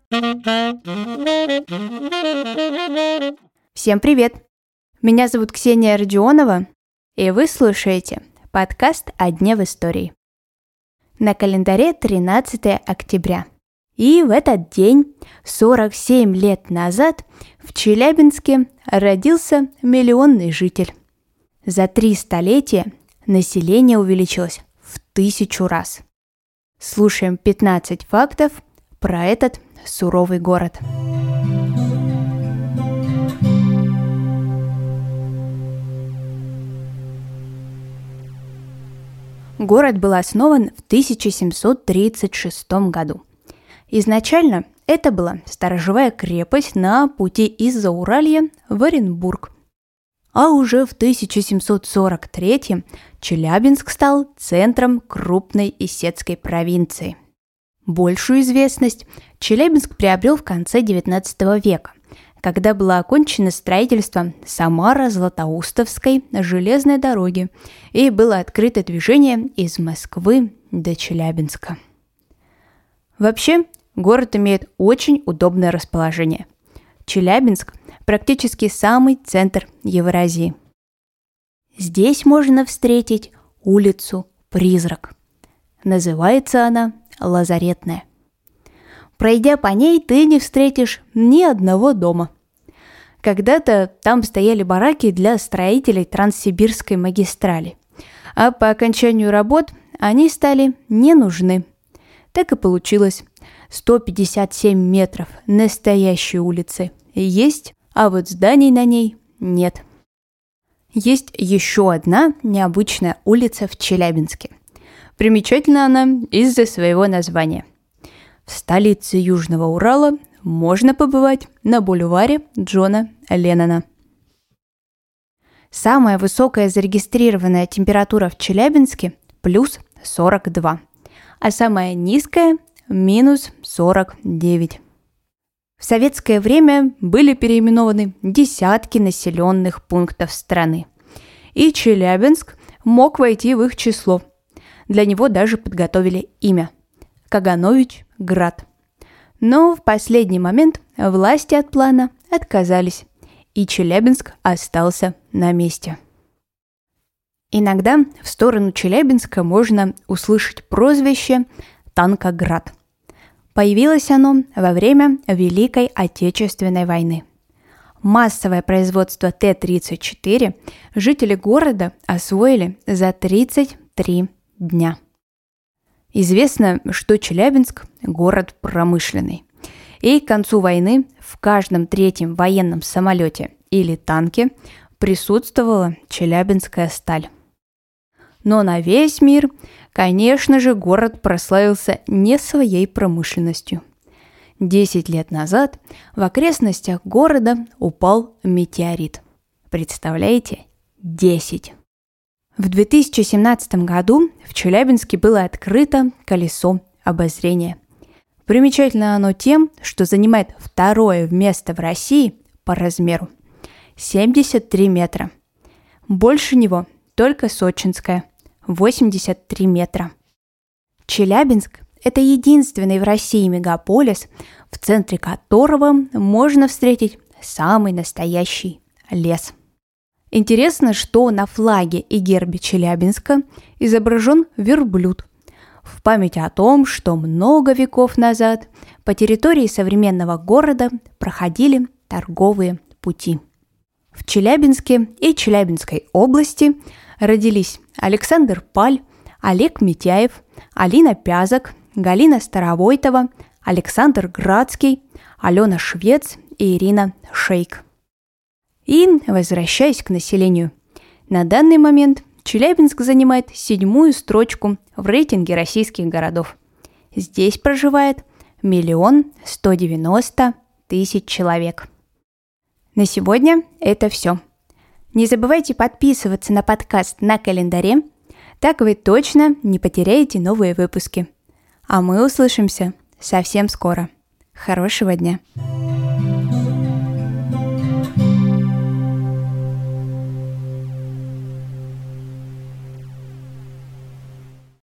Всем привет! Меня зовут Ксения Родионова, и вы слушаете подкаст «О дне в истории». На календаре 13 октября. И в этот день, 47 лет назад, в Челябинске родился миллионный житель. За 3 столетия население увеличилось в 1000 раз. Слушаем 15 фактов про этот суровый город. Город был основан в 1736 году. Изначально это была сторожевая крепость на пути из Зауралья в Оренбург. А уже в 1743 Челябинск стал центром крупной Исетской провинции. Большую известность Челябинск приобрел в конце XIX века, когда было окончено строительство Самара-Златоустовской железной дороги и было открыто движение из Москвы до Челябинска. Вообще, город имеет очень удобное расположение. Челябинск – практически самый центр Евразии. Здесь можно встретить улицу-призрак. Называется она Лазаретная. Пройдя по ней, ты не встретишь ни одного дома. Когда-то там стояли бараки для строителей Транссибирской магистрали, а по окончанию работ они стали не нужны. Так и получилось. 157 метров настоящей улицы есть, а вот зданий на ней нет. Есть еще одна необычная улица в Челябинске. Примечательна она из-за своего названия. В столице Южного Урала можно побывать на бульваре Джона Леннона. Самая высокая зарегистрированная температура в Челябинске – плюс 42, а самая низкая – минус 49. В советское время были переименованы десятки населенных пунктов страны, и Челябинск мог войти в их число. Для него даже подготовили имя – Каганович-Град. Но в последний момент власти от плана отказались, и Челябинск остался на месте. Иногда в сторону Челябинска можно услышать прозвище Танкоград. Появилось оно во время Великой Отечественной войны. Массовое производство Т-34 жители города освоили за 33 дня. Известно, что Челябинск – город промышленный. И к концу войны в каждом 3-м военном самолете или танке присутствовала челябинская сталь. Но на весь мир, конечно же, город прославился не своей промышленностью. 10 лет назад в окрестностях города упал метеорит. Представляете? 10. В 2017 году в Челябинске было открыто колесо обозрения. Примечательно оно тем, что занимает 2-е место в России по размеру – 73 метра. Больше него только Сочинское – 83 метра. Челябинск – это единственный в России мегаполис, в центре которого можно встретить самый настоящий лес. Интересно, что на флаге и гербе Челябинска изображен верблюд, в память о том, что много веков назад по территории современного города проходили торговые пути. В Челябинске и Челябинской области родились Александр Паль, Олег Митяев, Алина Пязок, Галина Старовойтова, Александр Градский, Алена Швец и Ирина Шейк. И, возвращаясь к населению, на данный момент Челябинск занимает 7-ю строчку в рейтинге российских городов. Здесь проживает 1 190 000 человек. На сегодня это все. Не забывайте подписываться на подкаст на календаре, так вы точно не потеряете новые выпуски. А мы услышимся совсем скоро. Хорошего дня!